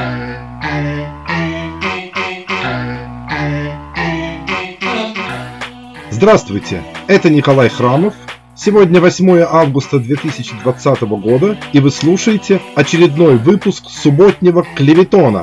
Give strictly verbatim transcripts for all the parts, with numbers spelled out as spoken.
Здравствуйте, это Николай Храмов. Сегодня восьмое августа две тысячи двадцатого года, и вы слушаете очередной выпуск субботнего клеветона.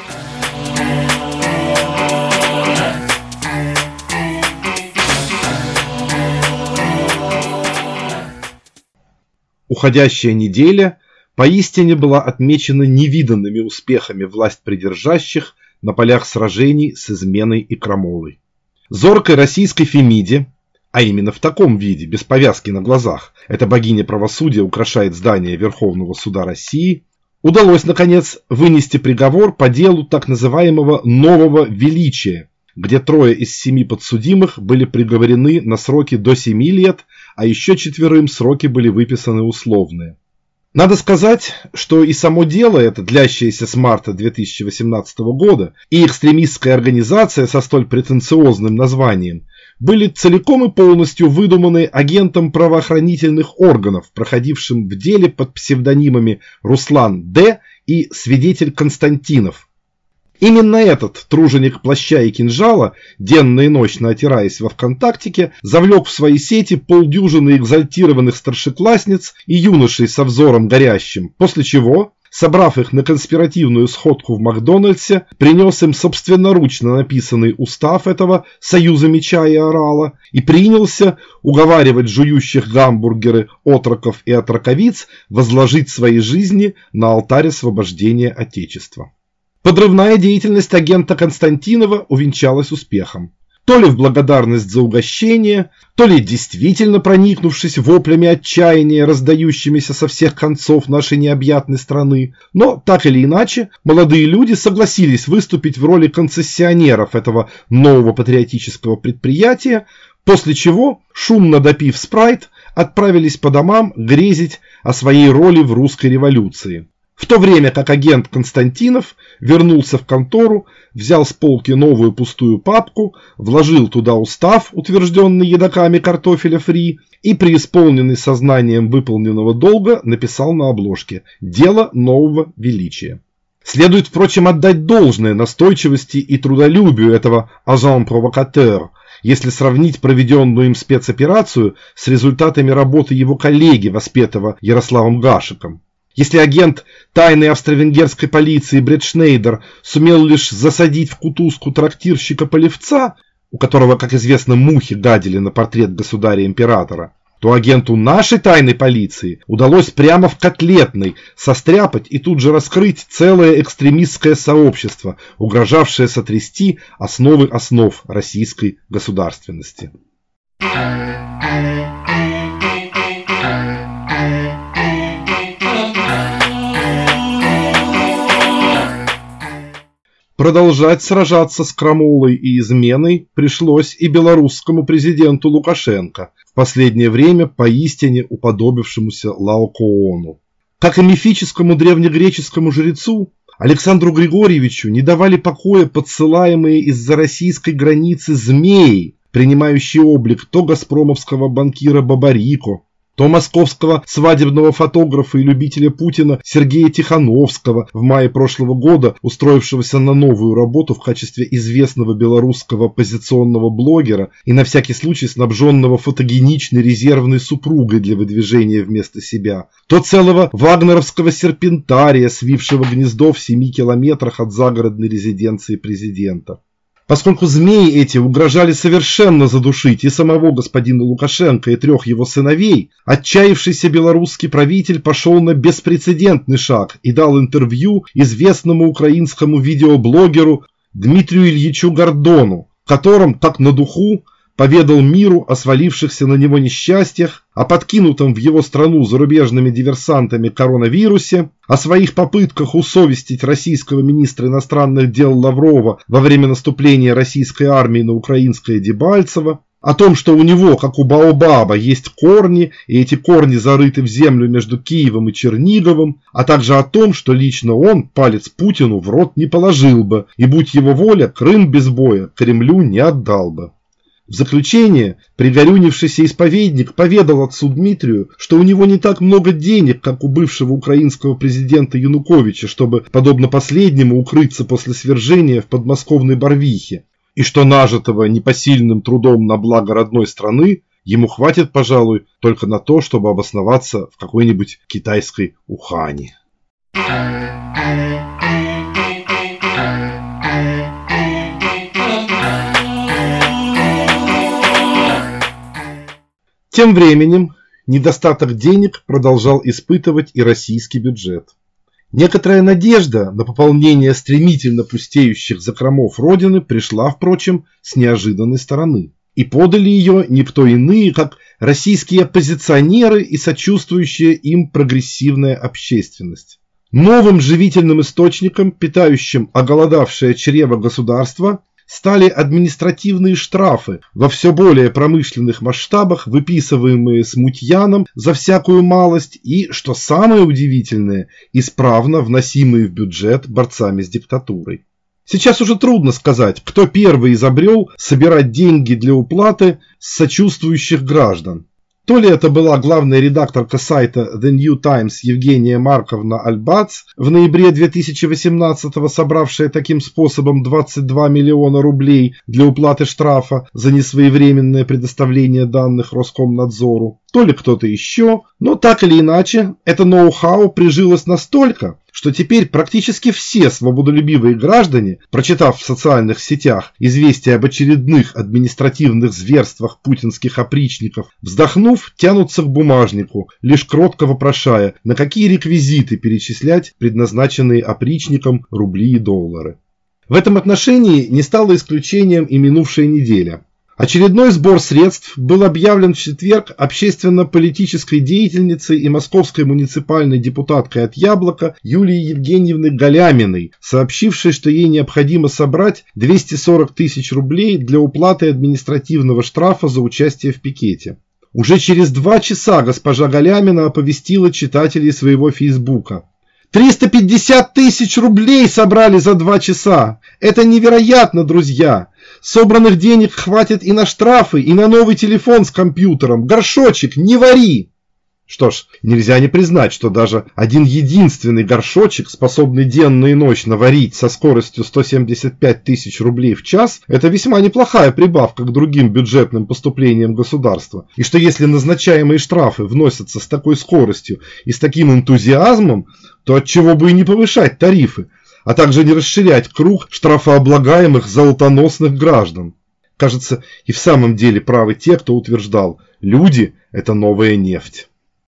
Уходящая неделя поистине была отмечена невиданными успехами власть придержащих на полях сражений с изменой и крамолой. Зоркой российской Фемиде, а именно в таком виде, без повязки на глазах, эта богиня правосудия украшает здание Верховного суда России, удалось, наконец, вынести приговор по делу так называемого «нового величия», где трое из семи подсудимых были приговорены на сроки до семи лет, а еще четверым сроки были выписаны условные. Надо сказать, что и само дело это, длящееся с марта две тысячи восемнадцатого года, и экстремистская организация со столь претенциозным названием были целиком и полностью выдуманы агентом правоохранительных органов, проходившим в деле под псевдонимами Руслан Д. и свидетель Константинов. Именно этот труженик плаща и кинжала, денно и ночно отираясь во ВКонтактике, завлек в свои сети полдюжины экзальтированных старшеклассниц и юношей со взором горящим, после чего, собрав их на конспиративную сходку в Макдональдсе, принес им собственноручно написанный устав этого Союза Меча и Орала и принялся уговаривать жующих гамбургеры отроков и отроковиц возложить свои жизни на алтарь освобождения Отечества. Подрывная деятельность агента Константинова увенчалась успехом. То ли в благодарность за угощение, то ли действительно проникнувшись воплями отчаяния, раздающимися со всех концов нашей необъятной страны, но так или иначе молодые люди согласились выступить в роли концессионеров этого нового патриотического предприятия, после чего, шумно допив спрайт, отправились по домам грезить о своей роли в русской революции. В то время как агент Константинов вернулся в контору, взял с полки новую пустую папку, вложил туда устав, утвержденный едоками картофеля фри, и, преисполненный сознанием выполненного долга, написал на обложке «Дело нового величия». Следует, впрочем, отдать должное настойчивости и трудолюбию этого агент-провокатер, если сравнить проведенную им спецоперацию с результатами работы его коллеги, воспетого Ярославом Гашиком. Если агент тайной австро-венгерской полиции Бред Шнейдер сумел лишь засадить в кутузку трактирщика Полевца, у которого, как известно, мухи гадили на портрет государя-императора, то агенту нашей тайной полиции удалось прямо в котлетной состряпать и тут же раскрыть целое экстремистское сообщество, угрожавшее сотрясти основы основ российской государственности. Продолжать сражаться с крамолой и изменой пришлось и белорусскому президенту Лукашенко, в последнее время поистине уподобившемуся Лаокоону. Как и мифическому древнегреческому жрецу, Александру Григорьевичу не давали покоя подсылаемые из-за российской границы змеи, принимающие облик то газпромовского банкира Бабарико, то московского свадебного фотографа и любителя Путина Сергея Тихановского, в мае прошлого года устроившегося на новую работу в качестве известного белорусского оппозиционного блогера и на всякий случай снабженного фотогеничной резервной супругой для выдвижения вместо себя, то целого вагнеровского серпентария, свившего гнездо в семи километрах от загородной резиденции президента. Поскольку змеи эти угрожали совершенно задушить и самого господина Лукашенко, и трех его сыновей, отчаявшийся белорусский правитель пошел на беспрецедентный шаг и дал интервью известному украинскому видеоблогеру Дмитрию Ильичу Гордону, в котором, как на духу, поведал миру о свалившихся на него несчастьях, о подкинутом в его страну зарубежными диверсантами коронавирусе, о своих попытках усовестить российского министра иностранных дел Лаврова во время наступления российской армии на украинское Дебальцево, о том, что у него, как у Баобаба, есть корни, и эти корни зарыты в землю между Киевом и Черниговым, а также о том, что лично он палец Путину в рот не положил бы, и, будь его воля, Крым без боя Кремлю не отдал бы. В заключение пригорюнившийся исповедник поведал отцу Дмитрию, что у него не так много денег, как у бывшего украинского президента Януковича, чтобы, подобно последнему, укрыться после свержения в подмосковной Барвихе, и что нажитого непосильным трудом на благо родной страны ему хватит, пожалуй, только на то, чтобы обосноваться в какой-нибудь китайской Ухане. Тем временем недостаток денег продолжал испытывать и российский бюджет. Некоторая надежда на пополнение стремительно пустеющих закромов Родины пришла, впрочем, с неожиданной стороны. И подали ее никто иные, как российские оппозиционеры и сочувствующая им прогрессивная общественность. Новым живительным источником, питающим оголодавшее чрево государства, стали административные штрафы во все более промышленных масштабах, выписываемые смутьяном за всякую малость и, что самое удивительное, исправно вносимые в бюджет борцами с диктатурой. Сейчас уже трудно сказать, кто первый изобрел собирать деньги для уплаты с сочувствующих граждан. То ли это была главная редакторка сайта The New Times Евгения Марковна Альбац, в ноябре две тысячи восемнадцатого собравшая таким способом двадцать два миллиона рублей для уплаты штрафа за несвоевременное предоставление данных Роскомнадзору, то ли кто-то еще, но так или иначе это ноу-хау прижилось настолько, что теперь практически все свободолюбивые граждане, прочитав в социальных сетях известия об очередных административных зверствах путинских опричников, вздохнув, тянутся к бумажнику, лишь кротко вопрошая, на какие реквизиты перечислять предназначенные опричникам рубли и доллары. В этом отношении не стало исключением и минувшая неделя. Очередной сбор средств был объявлен в четверг общественно-политической деятельницей и московской муниципальной депутаткой от «Яблока» Юлией Евгеньевной Галяминой, сообщившей, что ей необходимо собрать двести сорок тысяч рублей для уплаты административного штрафа за участие в пикете. Уже через два часа госпожа Галямина оповестила читателей своего фейсбука. триста пятьдесят тысяч рублей собрали за два часа! Это невероятно, друзья! Собранных денег хватит и на штрафы, и на новый телефон с компьютером. Горшочек, не вари! Что ж, нельзя не признать, что даже один единственный горшочек, способный денно и ночно варить со скоростью сто семьдесят пять тысяч рублей в час, это весьма неплохая прибавка к другим бюджетным поступлениям государства. И что если назначаемые штрафы вносятся с такой скоростью и с таким энтузиазмом, то отчего бы и не повышать тарифы, а также не расширять круг штрафооблагаемых золотоносных граждан. Кажется, и в самом деле правы те, кто утверждал, люди – это новая нефть.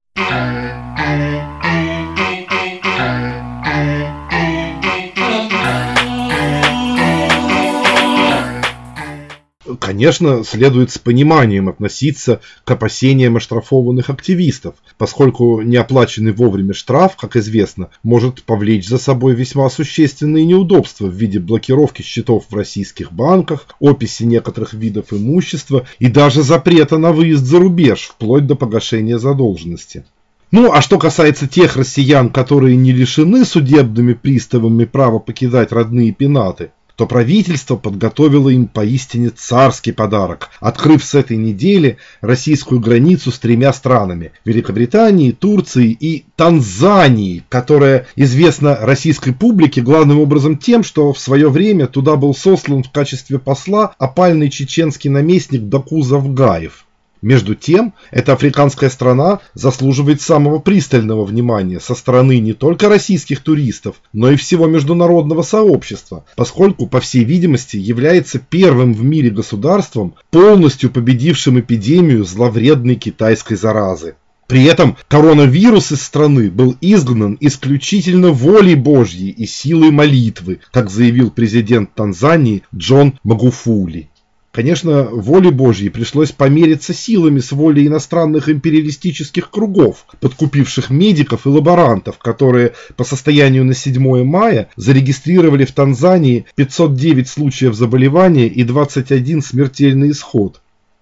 Конечно, следует с пониманием относиться к опасениям оштрафованных активистов, поскольку неоплаченный вовремя штраф, как известно, может повлечь за собой весьма существенные неудобства в виде блокировки счетов в российских банках, описи некоторых видов имущества и даже запрета на выезд за рубеж, вплоть до погашения задолженности. Ну, а что касается тех россиян, которые не лишены судебными приставами права покидать родные пенаты, то правительство подготовило им поистине царский подарок, открыв с этой недели российскую границу с тремя странами – Великобританией, Турцией и Танзанией, которая известна российской публике главным образом тем, что в свое время туда был сослан в качестве посла опальный чеченский наместник Даку Завгаев. Между тем, эта африканская страна заслуживает самого пристального внимания со стороны не только российских туристов, но и всего международного сообщества, поскольку, по всей видимости, является первым в мире государством, полностью победившим эпидемию зловредной китайской заразы. При этом коронавирус из страны был изгнан исключительно волей Божьей и силой молитвы, как заявил президент Танзании Джон Магуфули. Конечно, воле Божьей пришлось помериться силами с волей иностранных империалистических кругов, подкупивших медиков и лаборантов, которые по состоянию на седьмое мая зарегистрировали в Танзании пятьсот девять случаев заболевания и двадцать один смертельный исход.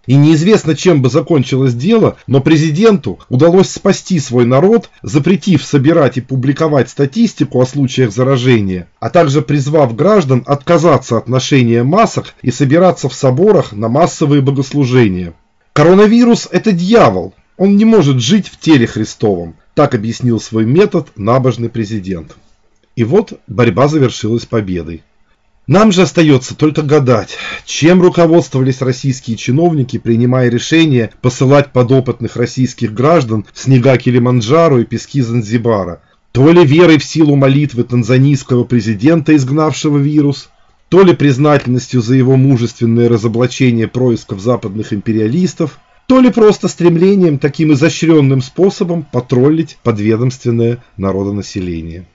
И неизвестно, чем бы закончилось дело, но президенту удалось спасти свой народ, запретив собирать и публиковать статистику о случаях заражения, а также призвав граждан отказаться от ношения масок и собираться в соборах на массовые богослужения. Коронавирус – это дьявол, он не может жить в теле Христовом, так объяснил свой метод набожный президент. И вот борьба завершилась победой. Нам же остается только гадать, чем руководствовались российские чиновники, принимая решение посылать подопытных российских граждан в снега Килиманджаро и пески Занзибара. То ли верой в силу молитвы танзанийского президента, изгнавшего вирус, то ли признательностью за его мужественное разоблачение происков западных империалистов, то ли просто стремлением таким изощренным способом потроллить подведомственное народонаселение.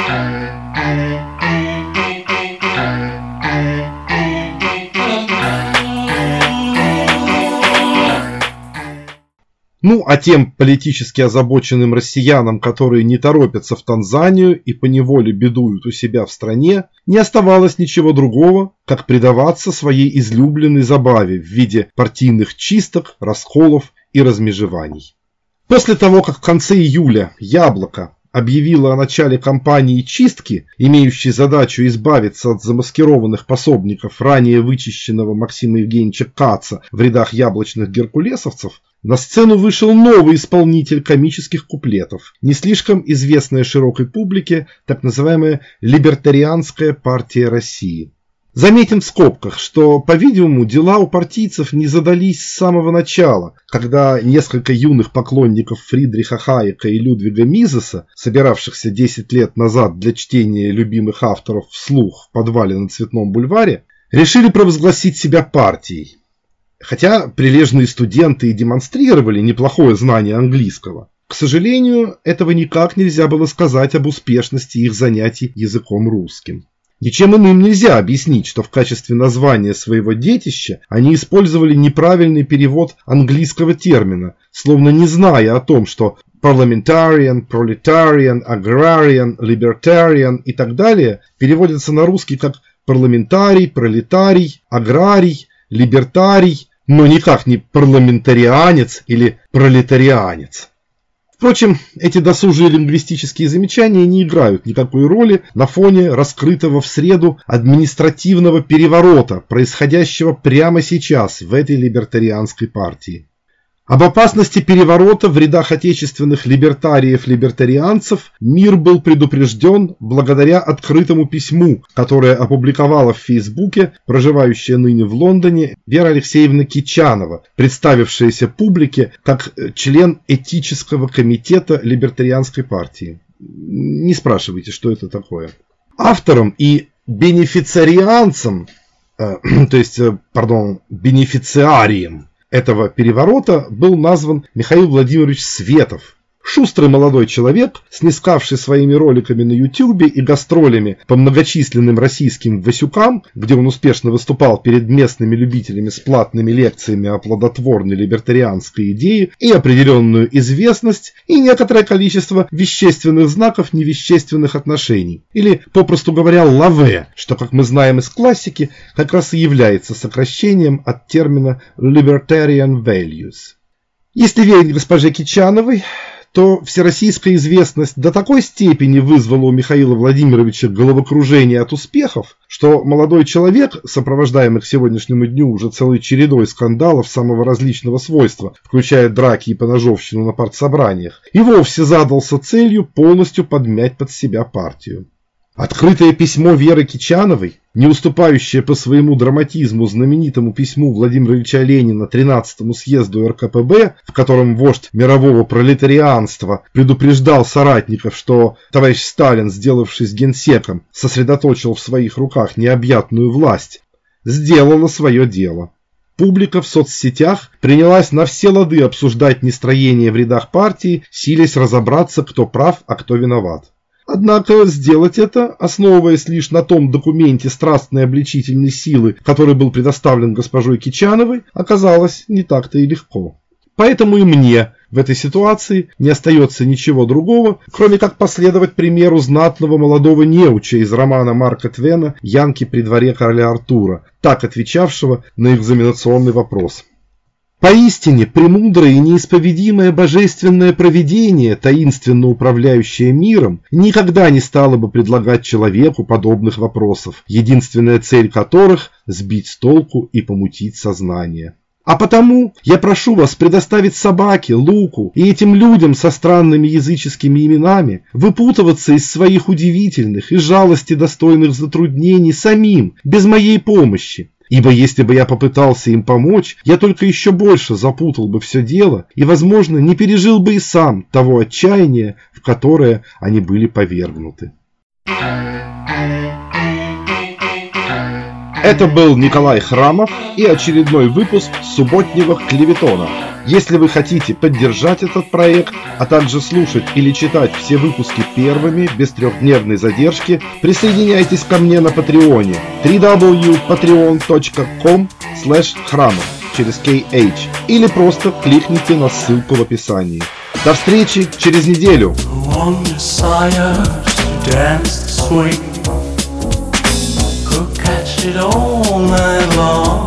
Ну, а тем политически озабоченным россиянам, которые не торопятся в Танзанию и поневоле бедуют у себя в стране, не оставалось ничего другого, как предаваться своей излюбленной забаве в виде партийных чисток, расколов и размежеваний. После того, как в конце июля «Яблоко» объявило о начале кампании чистки, имеющей задачу избавиться от замаскированных пособников ранее вычищенного Максима Евгеньевича Каца в рядах яблочных геркулесовцев, на сцену вышел новый исполнитель комических куплетов, не слишком известная широкой публике, так называемая «Либертарианская партия России». Заметим в скобках, что, по-видимому, дела у партийцев не задались с самого начала, когда несколько юных поклонников Фридриха Хайека и Людвига Мизеса, собиравшихся десять лет назад для чтения любимых авторов вслух в подвале на Цветном бульваре, решили провозгласить себя партией. Хотя прилежные студенты и демонстрировали неплохое знание английского, к сожалению, этого никак нельзя было сказать об успешности их занятий языком русским. Ничем иным нельзя объяснить, что в качестве названия своего детища они использовали неправильный перевод английского термина, словно не зная о том, что parliamentarian, proletarian, agrarian, libertarian и так далее переводятся на русский как парламентарий, пролетарий, аграрий, либертарий, но никак не парламентарианец или пролетарианец. Впрочем, эти досужие лингвистические замечания не играют никакой роли на фоне раскрытого в среду административного переворота, происходящего прямо сейчас в этой либертарианской партии. Об опасности переворота в рядах отечественных либертариев-либертарианцев мир был предупрежден благодаря открытому письму, которое опубликовала в Фейсбуке проживающая ныне в Лондоне Вера Алексеевна Кичанова, представившаяся публике как член этического комитета либертарианской партии. Не спрашивайте, что это такое. Автором и бенефициарианцем, э, то есть, э, пардон, бенефициарием этого переворота был назван Михаил Владимирович Светов. Шустрый молодой человек, снискавший своими роликами на ютубе и гастролями по многочисленным российским Васюкам, где он успешно выступал перед местными любителями с платными лекциями о плодотворной либертарианской идее, и определенную известность, и некоторое количество вещественных знаков невещественных отношений. Или, попросту говоря, лаве, что, как мы знаем из классики, как раз и является сокращением от термина libertarian values. Если верить госпоже Кичановой, то всероссийская известность до такой степени вызвала у Михаила Владимировича головокружение от успехов, что молодой человек, сопровождаемый к сегодняшнему дню уже целой чередой скандалов самого различного свойства, включая драки и поножовщину на партсобраниях, и вовсе задался целью полностью подмять под себя партию. Открытое письмо Веры Кичановой, не уступающее по своему драматизму знаменитому письму Владимира Ильича Ленина тринадцатому съезду эр ка пэ бэ, в котором вождь мирового пролетарианства предупреждал соратников, что товарищ Сталин, сделавшись генсеком, сосредоточил в своих руках необъятную власть, сделало свое дело. Публика в соцсетях принялась на все лады обсуждать нестроение в рядах партии, силясь разобраться, кто прав, а кто виноват. Однако сделать это, основываясь лишь на том документе страстной обличительной силы, который был предоставлен госпожой Кичановой, оказалось не так-то и легко. Поэтому и мне в этой ситуации не остается ничего другого, кроме как последовать примеру знатного молодого неуча из романа Марка Твена «Янки при дворе короля Артура», так отвечавшего на экзаменационный вопрос. Поистине, премудрое и неисповедимое божественное провидение, таинственно управляющее миром, никогда не стало бы предлагать человеку подобных вопросов, единственная цель которых – сбить с толку и помутить сознание. А потому я прошу вас предоставить собаке, Луку и этим людям со странными языческими именами выпутываться из своих удивительных и жалости достойных затруднений самим, без моей помощи. Ибо если бы я попытался им помочь, я только еще больше запутал бы все дело и, возможно, не пережил бы и сам того отчаяния, в которое они были повергнуты. Это был Николай Храмов и очередной выпуск субботнего клеветона. Если вы хотите поддержать этот проект, а также слушать или читать все выпуски первыми, без трехдневной задержки, присоединяйтесь ко мне на Патреоне дабл ю дабл ю дабл ю точка патреон точка ком слэш храмов через кей эйч или просто кликните на ссылку в описании. До встречи через неделю! It all night long,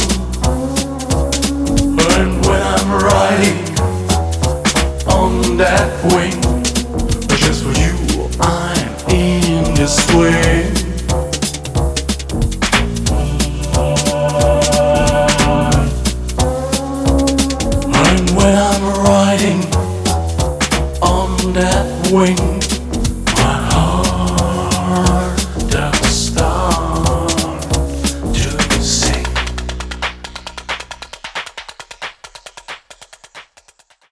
and when I'm riding on that wing, just for you I'm in this way. And when I'm riding on that wing,